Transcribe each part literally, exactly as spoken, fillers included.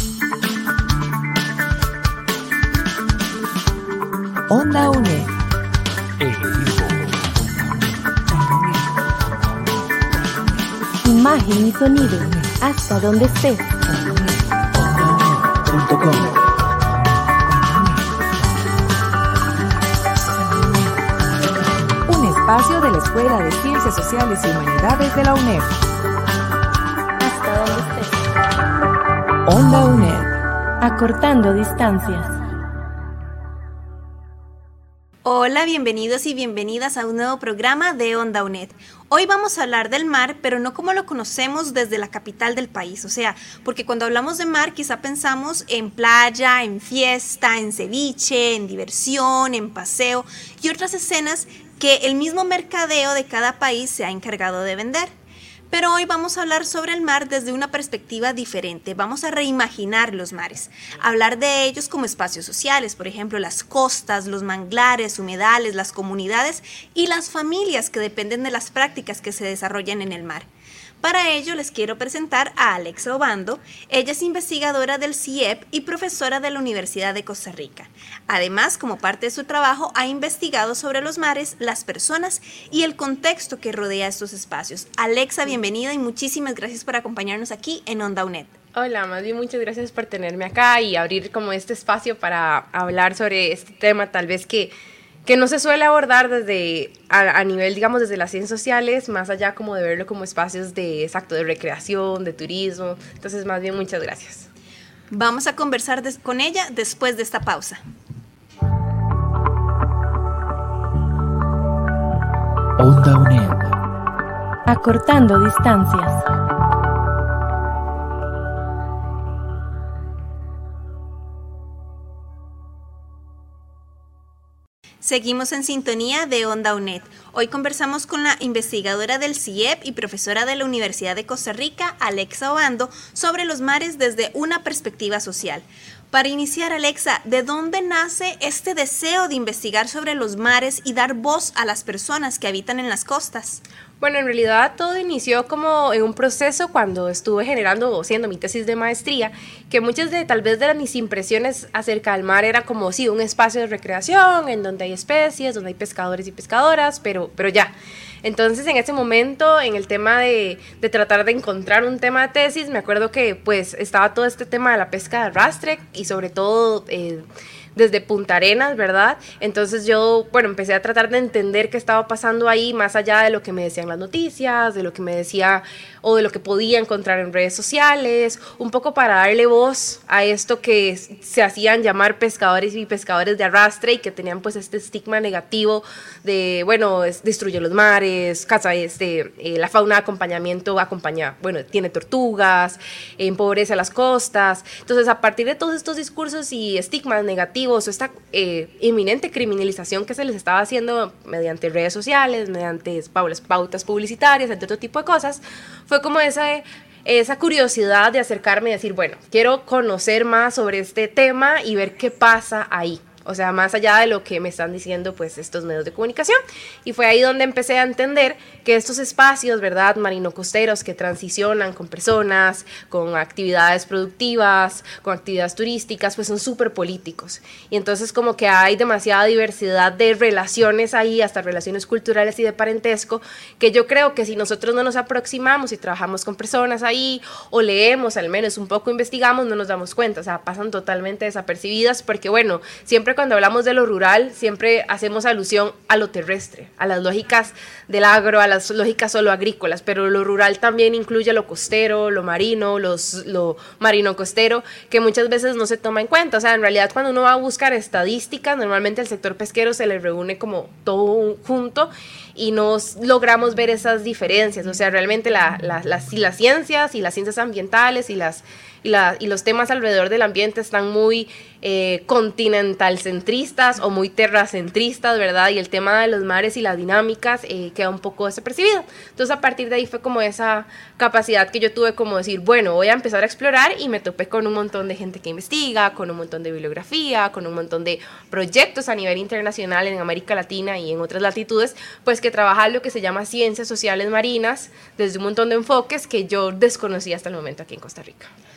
Onda UNED. Imagen y sonido, hasta donde estés. Punto com. Un espacio de la Escuela de Ciencias Sociales y Humanidades de la UNED. Hasta donde estés. Onda UNED. Acortando distancias. Hola, bienvenidos y bienvenidas a un nuevo programa de Onda UNED. Hoy vamos a hablar del mar, pero no como lo conocemos desde la capital del país. O sea, porque cuando hablamos de mar quizá pensamos en playa, en fiesta, en ceviche, en diversión, en paseo y otras escenas que el mismo mercadeo de cada país se ha encargado de vender. Pero hoy vamos a hablar sobre el mar desde una perspectiva diferente. Vamos a reimaginar los mares, hablar de ellos como espacios sociales, por ejemplo, las costas, los manglares, humedales, las comunidades y las familias que dependen de las prácticas que se desarrollan en el mar. Para ello les quiero presentar a Alexa Obando. Ella es investigadora del C I E P y profesora de la Universidad de Costa Rica. Además, como parte de su trabajo, ha investigado sobre los mares, las personas y el contexto que rodea estos espacios. Alexa, bienvenida y muchísimas gracias por acompañarnos aquí en Onda UNED. Hola, más bien muchas gracias por tenerme acá y abrir como este espacio para hablar sobre este tema tal vez que que no se suele abordar desde a, a nivel, digamos, desde las ciencias sociales, más allá como de verlo como espacios de, exacto, de recreación, de turismo. Entonces, más bien, muchas gracias. Vamos a conversar des- con ella después de esta pausa. Onda UNED. Acortando distancias. Seguimos en sintonía de Onda UNED. Hoy conversamos con la investigadora del C I E P y profesora de la Universidad de Costa Rica, Alexa Obando, sobre los mares desde una perspectiva social. Para iniciar, Alexa, ¿de dónde nace este deseo de investigar sobre los mares y dar voz a las personas que habitan en las costas? Bueno, en realidad todo inició como en un proceso cuando estuve generando o haciendo mi tesis de maestría, que muchas de tal vez de mis impresiones acerca del mar era como sí, un espacio de recreación en donde hay especies, donde hay pescadores y pescadoras, pero, pero ya. Entonces, en ese momento, en el tema de, de tratar de encontrar un tema de tesis, me acuerdo que pues estaba todo este tema de la pesca de arrastre y sobre todo eh, desde Punta Arenas, ¿verdad? Entonces yo, bueno, empecé a tratar de entender qué estaba pasando ahí, más allá de lo que me decían las noticias, de lo que me decía o de lo que podía encontrar en redes sociales, un poco para darle voz a esto que se hacían llamar pescadores y pescadores de arrastre y que tenían pues este estigma negativo de, bueno, es, destruye los mares, caza este, eh, la fauna de acompañamiento acompaña, bueno, tiene tortugas, empobrece las costas. Entonces, a partir de todos estos discursos y estigmas negativos, o esta eh, inminente criminalización que se les estaba haciendo mediante redes sociales, mediante pautas publicitarias, entre otro tipo de cosas, fue como esa, esa curiosidad de acercarme y decir, bueno, quiero conocer más sobre este tema y ver qué pasa ahí. O sea, más allá de lo que me están diciendo pues estos medios de comunicación. Y fue ahí donde empecé a entender que estos espacios, ¿verdad?, marino-costeros que transicionan con personas, con actividades productivas, con actividades turísticas, pues son súper políticos. Y entonces como que hay demasiada diversidad de relaciones ahí, hasta relaciones culturales y de parentesco, que yo creo que si nosotros no nos aproximamos y trabajamos con personas ahí, o leemos al menos un poco, investigamos, no nos damos cuenta. O sea, pasan totalmente desapercibidas porque, bueno, siempre cuando hablamos de lo rural, siempre hacemos alusión a lo terrestre, a las lógicas del agro, a las lógicas solo agrícolas, pero lo rural también incluye lo costero, lo marino, los, lo marino-costero, que muchas veces no se toma en cuenta. O sea, en realidad cuando uno va a buscar estadísticas, normalmente al sector pesquero se le reúne como todo junto y no logramos ver esas diferencias. O sea, realmente la, la, las, las ciencias y las ciencias ambientales y las y, la, y los temas alrededor del ambiente están muy eh, continentalcentristas o muy terracentristas, ¿verdad? Y el tema de los mares y las dinámicas eh, queda un poco desapercibido. Entonces, a partir de ahí fue como esa capacidad que yo tuve como decir, bueno, voy a empezar a explorar, y me topé con un montón de gente que investiga, con un montón de bibliografía, con un montón de proyectos a nivel internacional en América Latina y en otras latitudes, pues que trabajan lo que se llama ciencias sociales marinas desde un montón de enfoques que yo desconocía hasta el momento aquí en Costa Rica.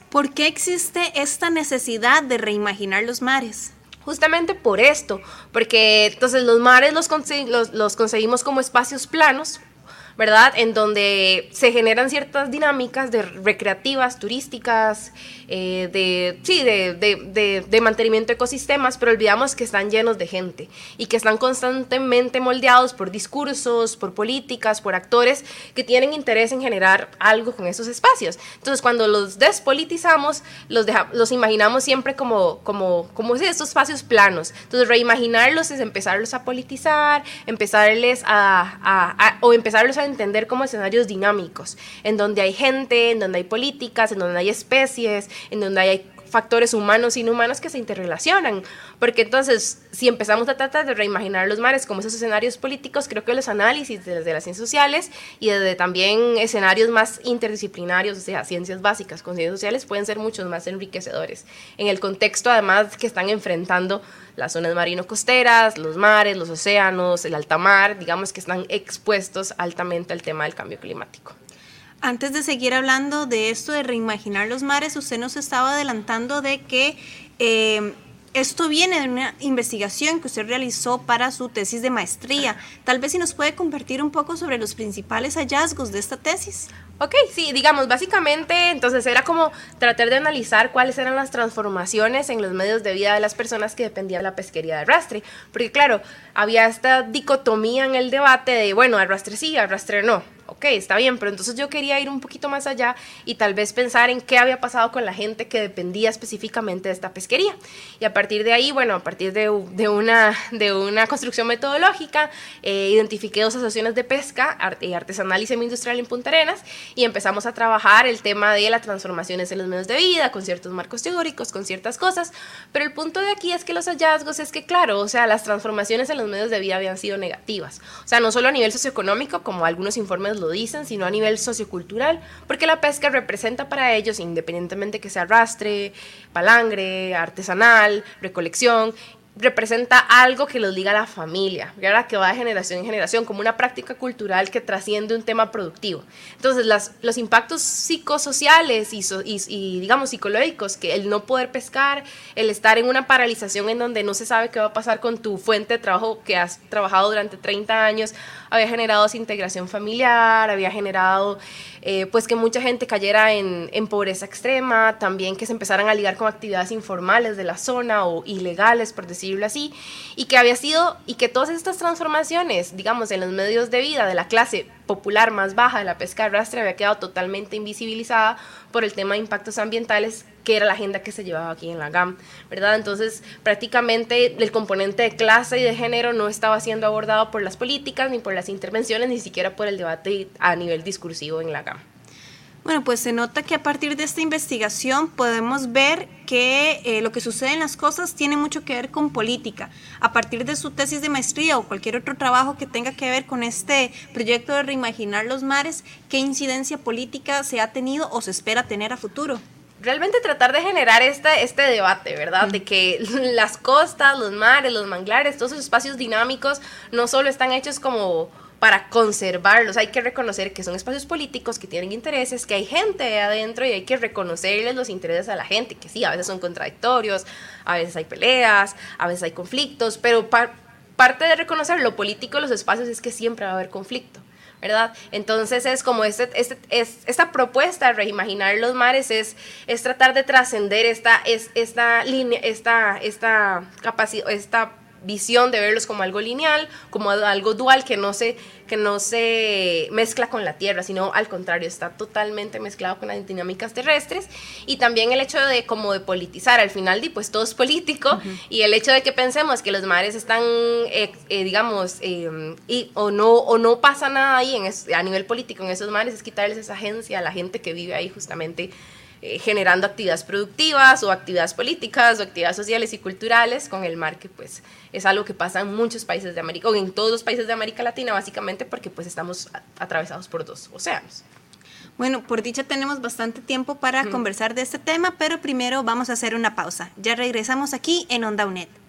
¿Por qué existe esta necesidad de reimaginar los mares? Justamente por esto, porque entonces los mares los, conse- los, los conseguimos como espacios planos, ¿verdad? En donde se generan ciertas dinámicas de recreativas, turísticas, eh, de, sí, de, de, de, de mantenimiento de ecosistemas, pero olvidamos que están llenos de gente y que están constantemente moldeados por discursos, por políticas, por actores que tienen interés en generar algo con esos espacios. Entonces, cuando los despolitizamos, los, deja, los imaginamos siempre como, como, como sí, estos espacios planos. Entonces, reimaginarlos es empezarlos a politizar, empezarles a, a, a o empezarlos a entender como escenarios dinámicos, en donde hay gente, en donde hay políticas, en donde hay especies, en donde hay factores humanos e inhumanos que se interrelacionan, porque entonces si empezamos a tratar de reimaginar los mares como esos escenarios políticos, creo que los análisis desde las ciencias sociales y desde también escenarios más interdisciplinarios, o sea, ciencias básicas con ciencias sociales, pueden ser muchos más enriquecedores, en el contexto además que están enfrentando las zonas marino-costeras, los mares, los océanos, el alta mar, digamos que están expuestos altamente al tema del cambio climático. Antes de seguir hablando de esto de reimaginar los mares, usted nos estaba adelantando de que eh, esto viene de una investigación que usted realizó para su tesis de maestría. Tal vez si nos puede compartir un poco sobre los principales hallazgos de esta tesis. Ok, sí, digamos, básicamente, entonces era como tratar de analizar cuáles eran las transformaciones en los medios de vida de las personas que dependían de la pesquería de arrastre, porque claro, había esta dicotomía en el debate de, bueno, arrastre sí, arrastre no. Ok, está bien, pero entonces yo quería ir un poquito más allá y tal vez pensar en qué había pasado con la gente que dependía específicamente de esta pesquería. Y a partir de ahí, bueno, a partir de, de, una, de una construcción metodológica, eh, identifiqué dos asociaciones de pesca, art, artesanal y semi-industrial en Punta Arenas, y empezamos a trabajar el tema de las transformaciones en los medios de vida, con ciertos marcos teóricos, con ciertas cosas, pero el punto de aquí es que los hallazgos es que, claro, o sea, las transformaciones en los medios de vida habían sido negativas. O sea, no solo a nivel socioeconómico, como algunos informes lo dicen, sino a nivel sociocultural, porque la pesca representa para ellos, independientemente que sea arrastre, palangre, artesanal, recolección, representa algo que los liga a la familia, ¿verdad? Que va de generación en generación, como una práctica cultural que trasciende un tema productivo. Entonces, las, los impactos psicosociales y, so, y, y, digamos, psicológicos, que el no poder pescar, el estar en una paralización en donde no se sabe qué va a pasar con tu fuente de trabajo que has trabajado durante treinta años, había generado desintegración familiar, había generado eh, pues que mucha gente cayera en, en pobreza extrema, también que se empezaran a ligar con actividades informales de la zona o ilegales, por decirlo así, y que había sido, y que todas estas transformaciones, digamos, en los medios de vida de la clase popular más baja de la pesca de arrastre había quedado totalmente invisibilizada por el tema de impactos ambientales, que era la agenda que se llevaba aquí en la G A M, ¿verdad? Entonces, prácticamente el componente de clase y de género no estaba siendo abordado por las políticas, ni por las intervenciones, ni siquiera por el debate a nivel discursivo en la G A M. Bueno, pues se nota que a partir de esta investigación podemos ver que eh, lo que sucede en las cosas tiene mucho que ver con política. A partir de su tesis de maestría o cualquier otro trabajo que tenga que ver con este proyecto de reimaginar los mares, ¿qué incidencia política se ha tenido o se espera tener a futuro? Realmente tratar de generar este, este debate, ¿verdad? De que las costas, los mares, los manglares, todos esos espacios dinámicos no solo están hechos como para conservarlos, hay que reconocer que son espacios políticos que tienen intereses, que hay gente ahí adentro y hay que reconocerles los intereses a la gente, que sí, a veces son contradictorios, a veces hay peleas, a veces hay conflictos, pero par, parte de reconocer lo político de los espacios es que siempre va a haber conflicto, ¿verdad? Entonces es como este, este, es, esta propuesta de reimaginar los mares es, es tratar de trascender esta, es, esta línea, esta, esta capacidad, esta visión de verlos como algo lineal, como algo dual que no se, que no se mezcla con la tierra, sino al contrario, está totalmente mezclado con las dinámicas terrestres, y también el hecho de como de politizar, al final pues todo es político, uh-huh. Y el hecho de que pensemos que los mares están, eh, eh, digamos, eh, y, o, no, o no pasa nada ahí en es, a nivel político en esos mares, es quitarles esa agencia a la gente que vive ahí justamente Eh, generando actividades productivas o actividades políticas o actividades sociales y culturales con el mar, que pues es algo que pasa en muchos países de América, o en todos los países de América Latina, básicamente porque pues estamos a- atravesados por dos océanos. Bueno, por dicha tenemos bastante tiempo para mm. conversar de este tema, pero primero vamos a hacer una pausa. Ya regresamos aquí en Onda U N E D.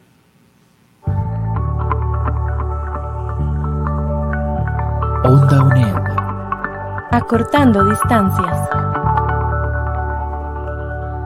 Onda U N E D. Acortando distancias.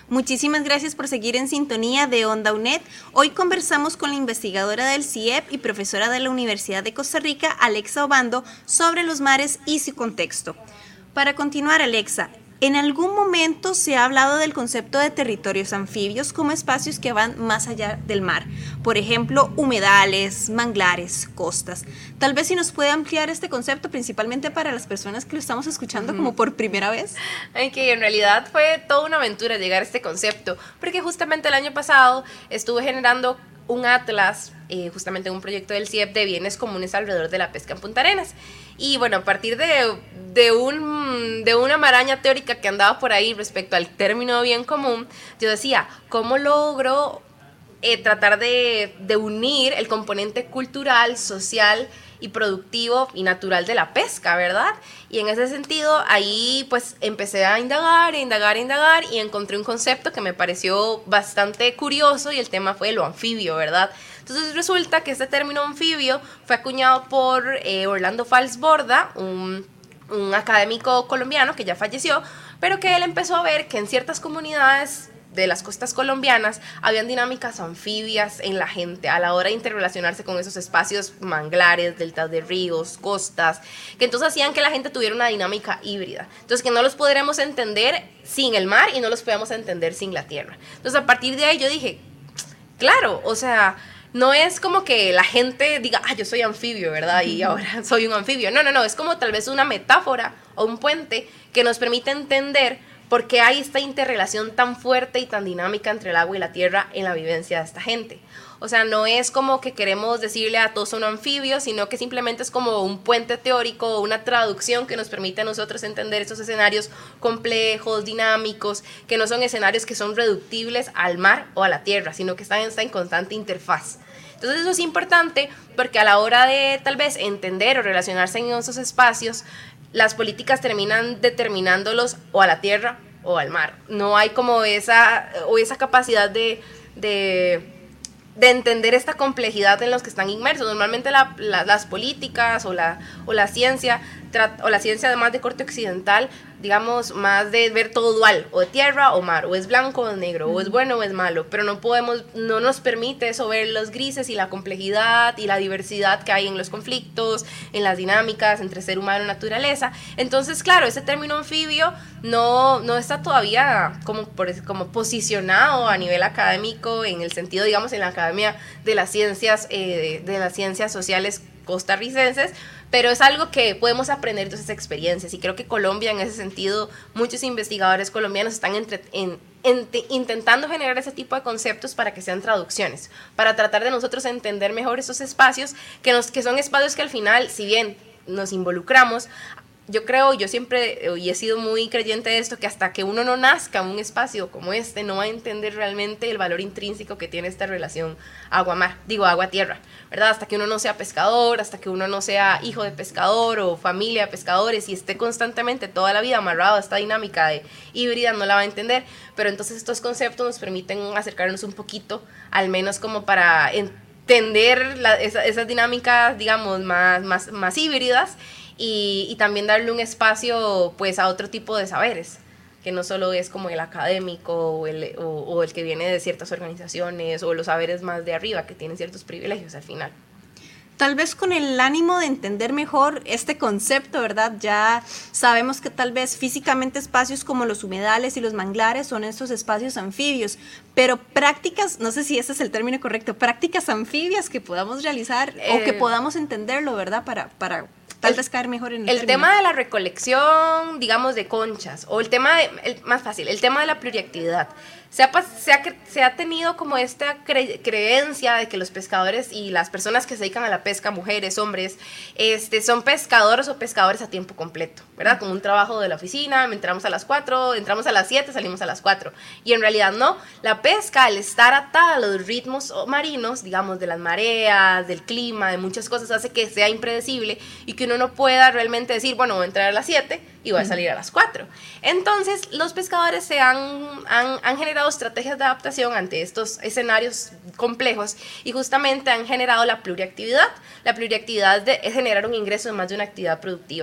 Muchísimas gracias por seguir en sintonía de Onda U N E D. Hoy conversamos con la investigadora del C I E P y profesora de la Universidad de Costa Rica, Alexa Obando, sobre los mares y su contexto. Para continuar, Alexa, en algún momento se ha hablado del concepto de territorios anfibios como espacios que van más allá del mar. Por ejemplo, humedales, manglares, costas. Tal vez si nos puede ampliar este concepto, principalmente para las personas que lo estamos escuchando uh-huh. como por primera vez. Ay, que en realidad fue toda una aventura llegar a este concepto, porque justamente el año pasado estuve generando un atlas, eh, justamente un proyecto del C I E P de bienes comunes alrededor de la pesca en Punta Arenas. Y bueno, a partir de, de, un, de una maraña teórica que andaba por ahí respecto al término bien común, yo decía, ¿cómo logro eh, tratar de, de unir el componente cultural, social y productivo y natural de la pesca, ¿verdad? Y en ese sentido, ahí pues empecé a indagar, a indagar, a indagar y encontré un concepto que me pareció bastante curioso y el tema fue lo anfibio, ¿verdad? Entonces resulta que este término anfibio fue acuñado por eh, Orlando Falsborda, un, un académico colombiano que ya falleció, pero que él empezó a ver que en ciertas comunidades de las costas colombianas habían dinámicas anfibias en la gente a la hora de interrelacionarse con esos espacios manglares, deltas de ríos, costas, que entonces hacían que la gente tuviera una dinámica híbrida. Entonces que no los podremos entender sin el mar y no los podemos entender sin la tierra. Entonces a partir de ahí yo dije, claro, o sea, no es como que la gente diga, ah, yo soy anfibio, ¿verdad? Y ahora soy un anfibio. No, no, no, es como tal vez una metáfora o un puente que nos permite entender por qué hay esta interrelación tan fuerte y tan dinámica entre el agua y la tierra en la vivencia de esta gente. O sea, no es como que queremos decirle a todos son anfibios, sino que simplemente es como un puente teórico, una traducción que nos permite a nosotros entender estos escenarios complejos, dinámicos, que no son escenarios que son reductibles al mar o a la tierra, sino que están, están en constante interfaz. Entonces eso es importante porque a la hora de tal vez entender o relacionarse en esos espacios, las políticas terminan determinándolos o a la tierra o al mar. No hay como esa, o esa capacidad de, de, de entender esta complejidad en los que están inmersos. Normalmente la, la, las políticas o la, o la ciencia, o la ciencia además de corte occidental, digamos, más de ver todo dual, o de tierra o mar, o es blanco o es negro, o es bueno o es malo, pero no podemos, no nos permite eso ver los grises y la complejidad y la diversidad que hay en los conflictos, en las dinámicas entre ser humano y naturaleza. Entonces, claro, ese término anfibio no, no está todavía como, por, como posicionado a nivel académico en el sentido, digamos, en la Academia de las Ciencias, eh, de, de las Ciencias Sociales costarricenses, pero es algo que podemos aprender de esas experiencias y creo que Colombia en ese sentido, muchos investigadores colombianos están entre, en, en, intentando generar ese tipo de conceptos para que sean traducciones, para tratar de nosotros entender mejor esos espacios que, nos, que son espacios que al final, si bien nos involucramos, yo creo, yo siempre, y he sido muy creyente de esto, que hasta que uno no nazca en un espacio como este, no va a entender realmente el valor intrínseco que tiene esta relación agua-mar, digo agua-tierra, ¿verdad? Hasta que uno no sea pescador, hasta que uno no sea hijo de pescador o familia de pescadores y esté constantemente toda la vida amarrado a esta dinámica de híbrida, no la va a entender, pero entonces estos conceptos nos permiten acercarnos un poquito, al menos como para entender la, esa, esas dinámicas, digamos, más, más, más híbridas, Y, y también darle un espacio pues a otro tipo de saberes, que no solo es como el académico o el, o, o el que viene de ciertas organizaciones o los saberes más de arriba que tienen ciertos privilegios al final. Tal vez con el ánimo de entender mejor este concepto, ¿verdad? Ya sabemos que tal vez físicamente espacios como los humedales y los manglares son estos espacios anfibios, pero prácticas, no sé si ese es el término correcto, prácticas anfibias que podamos realizar eh, o que podamos entenderlo, ¿verdad? Para... para tal vez caer mejor en el El término. Tema de la recolección, digamos, de conchas, o el tema, de, el, más fácil, el tema de la pluriactividad. Se ha, se ha, se ha tenido como esta cre, creencia de que los pescadores y las personas que se dedican a la pesca, mujeres, hombres, este, son pescadores o pescadores a tiempo completo, ¿verdad? Como un trabajo de la oficina, entramos a las cuatro, entramos a las siete, salimos a las cuatro. Y en realidad no, la pesca, al estar atada a los ritmos marinos, digamos, de las mareas, del clima, de muchas cosas, hace que sea impredecible y que uno no pueda realmente decir, bueno, voy a entrar a las siete y voy a salir a las cuatro. Entonces, los pescadores se han, han, han generado estrategias de adaptación ante estos escenarios complejos y justamente han generado la pluriactividad. La pluriactividad de, es generar un ingreso de más de una actividad productiva.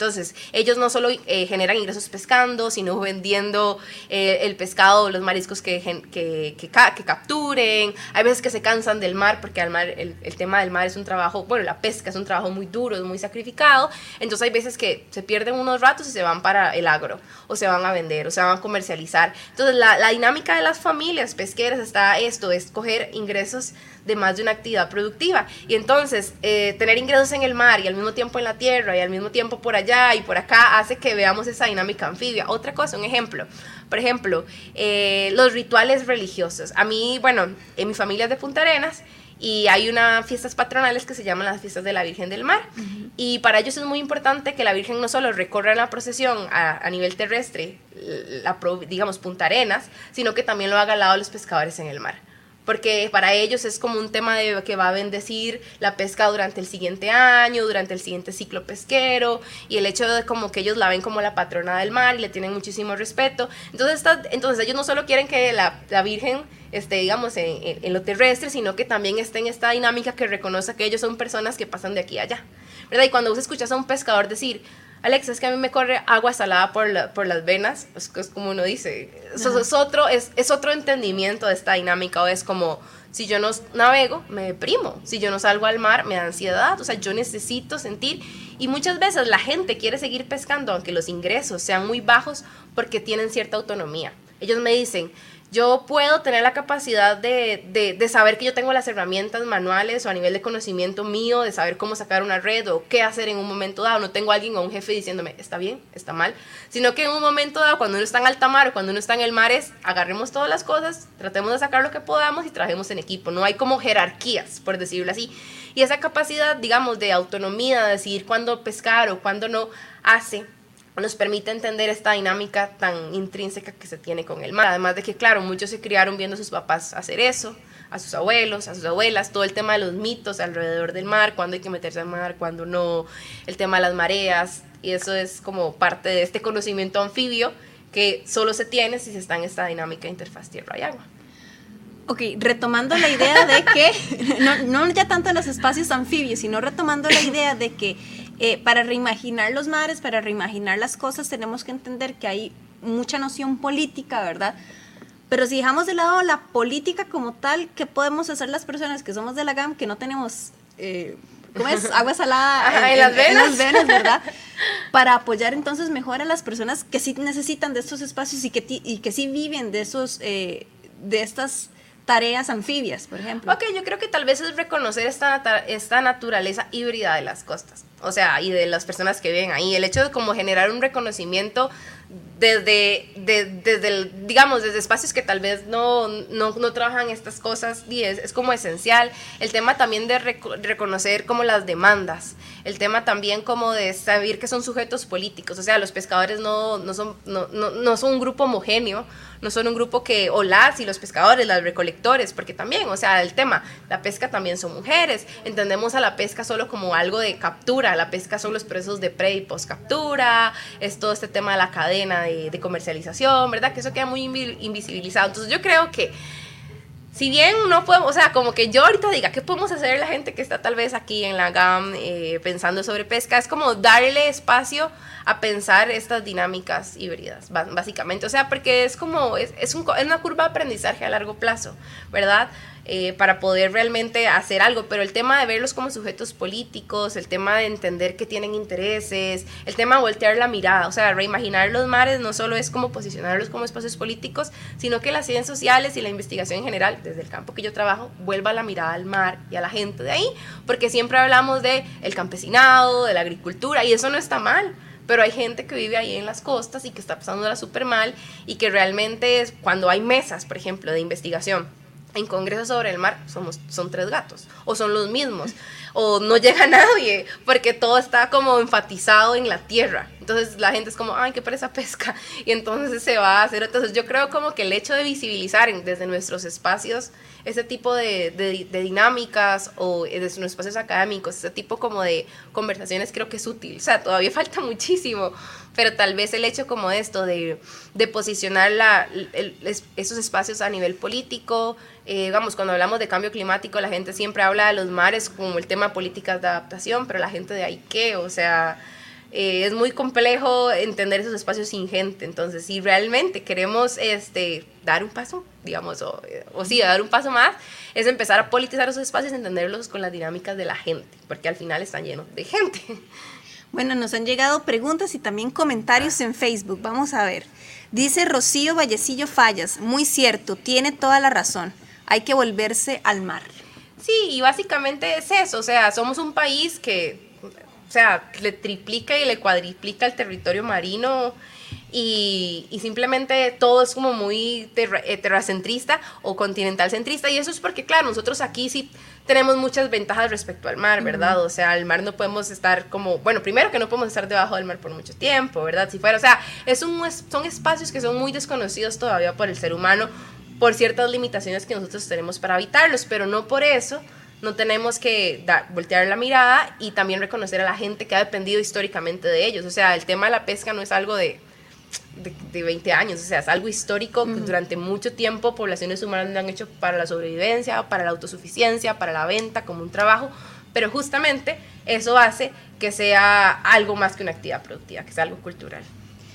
Entonces, ellos no solo eh, generan ingresos pescando, sino vendiendo eh, el pescado, los mariscos que, que, que, que capturen. Hay veces que se cansan del mar, porque al mar, el, el tema del mar es un trabajo, bueno, la pesca es un trabajo muy duro, es muy sacrificado. Entonces, hay veces que se pierden unos ratos y se van para el agro, o se van a vender, o se van a comercializar. Entonces, la, la dinámica de las familias pesqueras está esto, es coger ingresos de más de una actividad productiva. Y entonces, eh, tener ingresos en el mar y al mismo tiempo en la tierra y al mismo tiempo por allá y por acá hace que veamos esa dinámica anfibia. Otra cosa, un ejemplo. Por ejemplo, eh, los rituales religiosos. A mí, bueno, en mi familia es de Punta Arenas y hay unas fiestas patronales que se llaman las fiestas de la Virgen del Mar. Uh-huh. Y para ellos es muy importante que la Virgen no solo recorra la procesión a, a nivel terrestre, la, digamos Punta Arenas, sino que también lo haga al lado de los pescadores en el mar. Porque para ellos es como un tema de que va a bendecir la pesca durante el siguiente año, durante el siguiente ciclo pesquero, y el hecho de como que ellos la ven como la patrona del mar y le tienen muchísimo respeto. Entonces, está, entonces ellos no solo quieren que la, la Virgen esté, digamos, en, en, en lo terrestre, sino que también esté en esta dinámica que reconoce que ellos son personas que pasan de aquí a allá, ¿verdad? Y cuando vos escuchas a un pescador decir: Alexa, es que a mí me corre agua salada por, la, por las venas, es, es como uno dice, eso es otro, es, es otro entendimiento de esta dinámica, o es como, si yo no navego, me deprimo, si yo no salgo al mar, me da ansiedad, o sea, yo necesito sentir, y muchas veces la gente quiere seguir pescando, aunque los ingresos sean muy bajos, porque tienen cierta autonomía. Ellos me dicen: yo puedo tener la capacidad de, de, de saber que yo tengo las herramientas manuales o a nivel de conocimiento mío, de saber cómo sacar una red o qué hacer en un momento dado. No tengo a alguien o un jefe diciéndome, está bien, está mal, sino que en un momento dado, cuando uno está en alta mar o cuando uno está en el mar, es agarremos todas las cosas, tratemos de sacar lo que podamos y trabajemos en equipo. No hay como jerarquías, por decirlo así. Y esa capacidad, digamos, de autonomía, de decidir cuándo pescar o cuándo no, hace nos permite entender esta dinámica tan intrínseca que se tiene con el mar. Además de que, claro, muchos se criaron viendo a sus papás hacer eso, a sus abuelos, a sus abuelas, todo el tema de los mitos alrededor del mar, cuándo hay que meterse al mar, cuándo no, el tema de las mareas, y eso es como parte de este conocimiento anfibio que solo se tiene si se está en esta dinámica de interfaz tierra y agua. Ok, retomando la idea de que, no, no ya tanto en los espacios anfibios, sino retomando la idea de que eh, para reimaginar los mares, para reimaginar las cosas, tenemos que entender que hay mucha noción política, ¿verdad? Pero si dejamos de lado la política como tal, ¿qué podemos hacer las personas que somos de la G A M, que no tenemos, eh, ¿cómo es? Agua salada Ajá, en, en, las en, venas. en las venas, ¿verdad? Para apoyar entonces mejor a las personas que sí necesitan de estos espacios y que, y que sí viven de, esos, eh, de estas tareas anfibias, por ejemplo. Ok, yo creo que tal vez es reconocer esta, esta naturaleza híbrida de las costas, o sea, y de las personas que viven ahí. El hecho de como generar un reconocimiento desde, de, desde el, digamos, desde espacios que tal vez no, no, no trabajan estas cosas, y es, es como esencial. El tema también de rec- reconocer como las demandas, el tema también como de saber que son sujetos políticos, o sea, los pescadores no, no, son, no, no, no son un grupo homogéneo, no son un grupo que, o las y los pescadores, las recolectores, porque también, o sea, el tema, la pesca también son mujeres, entendemos a la pesca solo como algo de captura, la pesca son los procesos de pre y post captura, es todo este tema de la cadena de, de comercialización, ¿verdad? Que eso queda muy invisibilizado. Entonces yo creo que si bien no podemos, o sea, como que yo ahorita diga, ¿qué podemos hacer la gente que está tal vez aquí en la G A M eh, pensando sobre pesca? Es como darle espacio a pensar estas dinámicas híbridas, básicamente. O sea, porque es como, es, es, un, es una curva de aprendizaje a largo plazo, ¿verdad? Eh, para poder realmente hacer algo, pero el tema de verlos como sujetos políticos, el tema de entender que tienen intereses, el tema de voltear la mirada, o sea, reimaginar los mares no solo es como posicionarlos como espacios políticos, sino que las ciencias sociales y la investigación en general, desde el campo que yo trabajo, vuelva la mirada al mar y a la gente de ahí, porque siempre hablamos de el campesinado, de la agricultura, y eso no está mal, pero hay gente que vive ahí en las costas y que está pasándola súper mal, y que realmente es, cuando hay mesas, por ejemplo, de investigación en congresos sobre el mar, somos, son tres gatos, o son los mismos, o no llega nadie, porque todo está como enfatizado en la tierra. Entonces la gente es como, ay, qué pereza pesca, y entonces se va a hacer. Entonces yo creo como que el hecho de visibilizar en, desde nuestros espacios ese tipo de, de, de dinámicas, o desde nuestros espacios académicos, ese tipo como de conversaciones, creo que es útil. O sea, todavía falta muchísimo, pero tal vez el hecho como esto de, de posicionar la, el, esos espacios a nivel político, eh, vamos, cuando hablamos de cambio climático, la gente siempre habla de los mares como el tema de políticas de adaptación, pero la gente de ahí, ¿qué? O sea, eh, es muy complejo entender esos espacios sin gente. Entonces, si realmente queremos este, dar un paso, digamos, o, o sí, dar un paso más, es empezar a politizar esos espacios y entenderlos con las dinámicas de la gente, porque al final están llenos de gente. Bueno, nos han llegado preguntas y también comentarios en Facebook. Vamos a ver. Dice Rocío Vallecillo Fallas, muy cierto, tiene toda la razón. Hay que volverse al mar. Sí, y básicamente es eso, o sea, somos un país que, o sea, le triplica y le cuadriplica el territorio marino y, y simplemente todo es como muy terra, eh, terracentrista o continental centrista, y eso es porque, claro, nosotros aquí sí tenemos muchas ventajas respecto al mar, ¿verdad? Uh-huh. O sea, al mar no podemos estar como, bueno, primero que no podemos estar debajo del mar por mucho tiempo, ¿verdad? Si fuera, o sea, es un, son espacios que son muy desconocidos todavía por el ser humano, por ciertas limitaciones que nosotros tenemos para habitarlos, pero no por eso no tenemos que dar, voltear la mirada y también reconocer a la gente que ha dependido históricamente de ellos. O sea, el tema de la pesca no es algo de, de, de veinte años, o sea, es algo histórico que durante mucho tiempo poblaciones humanas lo han hecho para la sobrevivencia, para la autosuficiencia, para la venta, como un trabajo, pero justamente eso hace que sea algo más que una actividad productiva, que sea algo cultural.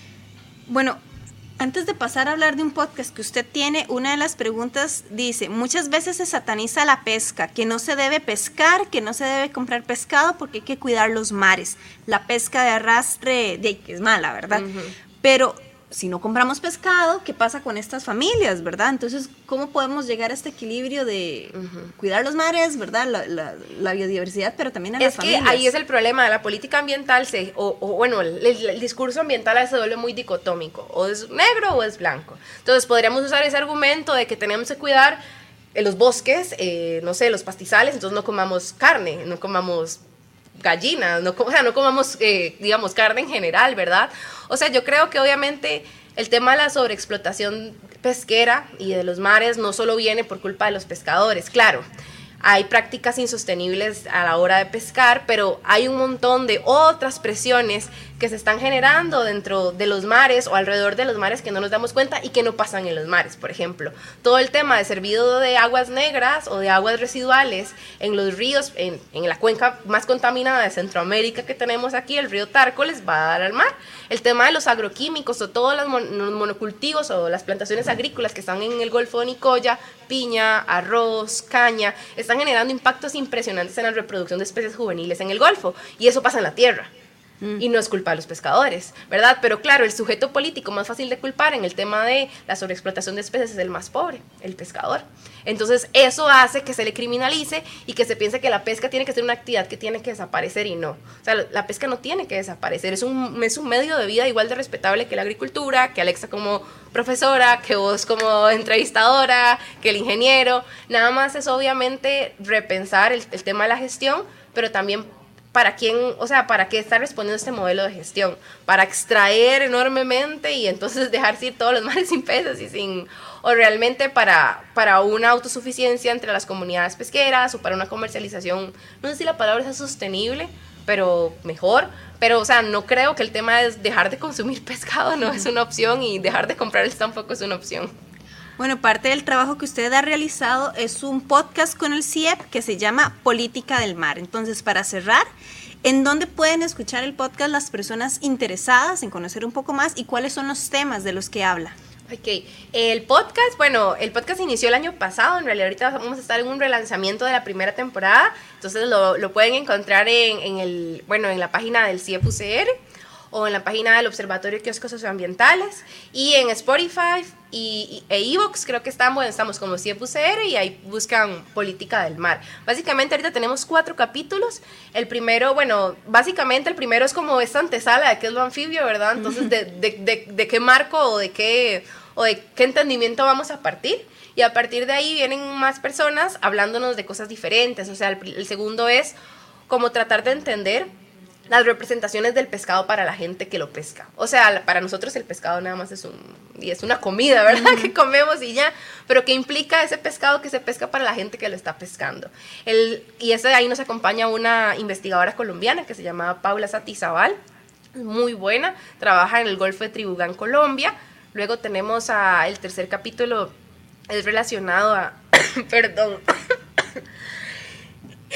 Bueno, antes de pasar a hablar de un podcast que usted tiene, una de las preguntas dice, muchas veces se sataniza la pesca, que no se debe pescar, que no se debe comprar pescado porque hay que cuidar los mares. La pesca de arrastre de, que es mala, ¿verdad? Uh-huh. Pero si no compramos pescado, ¿qué pasa con estas familias, verdad? Entonces, ¿cómo podemos llegar a este equilibrio de uh-huh. cuidar los mares, verdad? La, la, la biodiversidad, pero también a las familias. Es que ahí es el problema de la política ambiental, se, o, o bueno, el, el discurso ambiental se vuelve muy dicotómico, o es negro o es blanco. Entonces, podríamos usar ese argumento de que tenemos que cuidar los bosques, eh, no sé, los pastizales, entonces no comamos carne, no comamos gallinas, no, o sea, no comamos, eh, digamos, carne en general, ¿verdad? O sea, yo creo que obviamente el tema de la sobreexplotación pesquera y de los mares no solo viene por culpa de los pescadores, claro. Hay prácticas insostenibles a la hora de pescar, pero hay un montón de otras presiones que se están generando dentro de los mares o alrededor de los mares que no nos damos cuenta y que no pasan en los mares. Por ejemplo, todo el tema de servido de aguas negras o de aguas residuales en los ríos, en, en la cuenca más contaminada de Centroamérica que tenemos aquí, el río Tárcoles, va a dar al mar. El tema de los agroquímicos o todos los, mon- los monocultivos o las plantaciones agrícolas que están en el Golfo de Nicoya, piña, arroz, caña, están generando impactos impresionantes en la reproducción de especies juveniles en el Golfo, y eso pasa en la tierra. Mm. Y no es culpa de los pescadores, ¿verdad? Pero claro, el sujeto político más fácil de culpar en el tema de la sobreexplotación de especies es el más pobre, el pescador. Entonces eso hace que se le criminalice y que se piense que la pesca tiene que ser una actividad que tiene que desaparecer, y no. O sea, la pesca no tiene que desaparecer, es un, es un medio de vida igual de respetable que la agricultura, que Alexa como profesora, que vos como entrevistadora, que el ingeniero. Nada más es obviamente repensar el, el tema de la gestión, pero también para quién, o sea, para qué está respondiendo este modelo de gestión, para extraer enormemente y entonces dejar ir todos los mares sin peces y sin, o realmente para, para una autosuficiencia entre las comunidades pesqueras o para una comercialización, no sé si la palabra es sostenible, pero mejor, pero o sea, no creo que el tema es dejar de consumir pescado, no es una opción, y dejar de comprarles tampoco es una opción. Bueno, parte del trabajo que usted ha realizado es un podcast con el C I E P que se llama Política del Mar. Entonces, para cerrar, ¿en dónde pueden escuchar el podcast las personas interesadas en conocer un poco más y cuáles son los temas de los que habla? Ok, el podcast, bueno, el podcast inició el año pasado, en realidad ahorita vamos a estar en un relanzamiento de la primera temporada, entonces lo, lo pueden encontrar en, en, el, bueno, en la página del C I E P U C R o en la página del Observatorio de Kioscos Socioambientales, y en Spotify y, y, e iVoox creo que estamos, estamos como C I E P U C R, y ahí buscan Política del Mar. Básicamente ahorita tenemos cuatro capítulos. El primero, bueno, básicamente el primero es como esta antesala de qué es lo anfibio, ¿verdad? Entonces de, de, de, de qué marco o de qué, o de qué entendimiento vamos a partir. Y a partir de ahí vienen más personas hablándonos de cosas diferentes. O sea, el, el segundo es como tratar de entender las representaciones del pescado para la gente que lo pesca. O sea, para nosotros el pescado nada más es un y es una comida, ¿verdad? Uh-huh. Que comemos y ya. Pero ¿qué implica ese pescado que se pesca para la gente que lo está pescando? El, y ese, ahí nos acompaña una investigadora colombiana que se llama Paula Satizabal, muy buena, trabaja en el Golfo de Tribugán, Colombia. Luego tenemos a, el tercer capítulo, es relacionado a... perdón...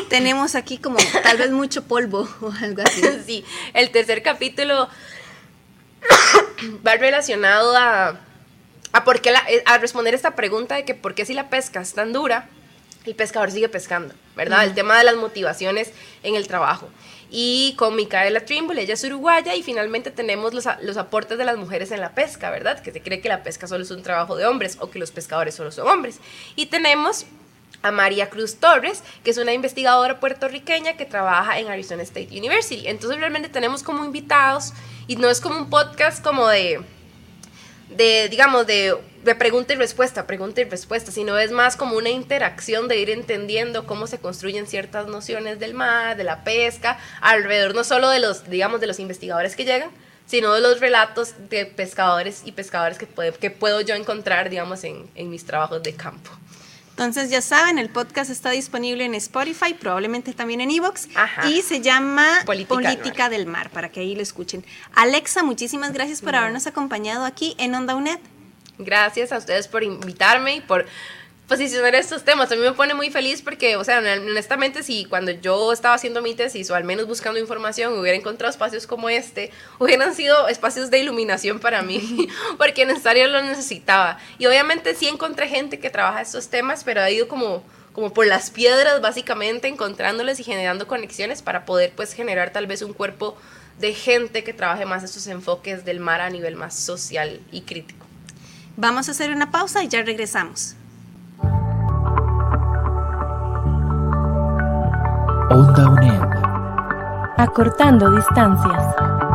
tenemos aquí como tal vez mucho polvo o algo así. Sí, el tercer capítulo va relacionado a, a, por qué la, a responder esta pregunta de que por qué si la pesca es tan dura, el pescador sigue pescando, ¿verdad? Uh-huh. El tema de las motivaciones en el trabajo. Y con Micaela Trimble, ella es uruguaya, y finalmente tenemos los, los aportes de las mujeres en la pesca, ¿verdad? Que se cree que la pesca solo es un trabajo de hombres o que los pescadores solo son hombres. Y tenemos a María Cruz Torres, que es una investigadora puertorriqueña que trabaja en Arizona State University. Entonces realmente tenemos como invitados, y no es como un podcast como de, de digamos, de, de pregunta y respuesta, pregunta y respuesta, sino es más como una interacción de ir entendiendo cómo se construyen ciertas nociones del mar, de la pesca, alrededor no solo de los, digamos, de los investigadores que llegan, sino de los relatos de pescadores y pescadoras que, puede, que puedo yo encontrar, digamos, en, en mis trabajos de campo. Entonces ya saben, el podcast está disponible en Spotify, probablemente también en iVoox, y se llama Política, Política del, mar. del Mar, para que ahí lo escuchen. Alexa, muchísimas gracias por no. habernos acompañado aquí en Onda U N E D. Gracias a ustedes por invitarme y por posicionar estos temas. A mí me pone muy feliz porque, o sea, honestamente, si cuando yo estaba haciendo mi tesis o al menos buscando información hubiera encontrado espacios como este, hubieran sido espacios de iluminación para mí, porque en serio lo necesitaba. Y obviamente sí encontré gente que trabaja estos temas, pero ha ido como, como por las piedras, básicamente, encontrándoles y generando conexiones para poder, pues, generar tal vez un cuerpo de gente que trabaje más estos enfoques del mar a nivel más social y crítico. Vamos a hacer una pausa y ya regresamos. Onda U N E D. Acortando distancias.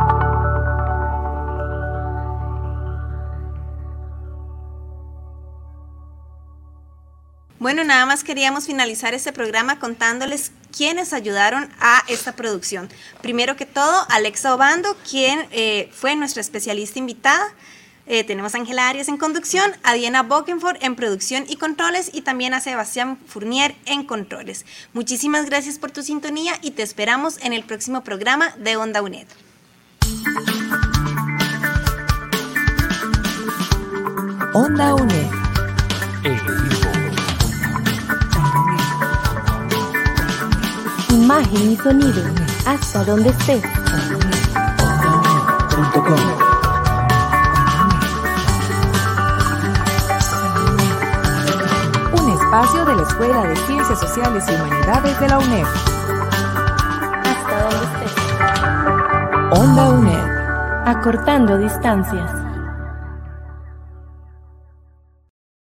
Bueno, nada más queríamos finalizar este programa contándoles quiénes ayudaron a esta producción. Primero que todo, Alexa Obando, quien eh, fue nuestra especialista invitada. Eh, tenemos a Ángela Arias en conducción, a Diana Bokenford en producción y controles, y también a Sebastián Fournier en controles. Muchísimas gracias por tu sintonía y te esperamos en el próximo programa de Onda U N E D. Onda U N E D. Imagen y sonido, hasta donde estés. onda u n e d punto com. Espacio de la Escuela de Ciencias Sociales y Humanidades de la U N E D. Hasta donde estés. Onda U N E D. Acortando distancias.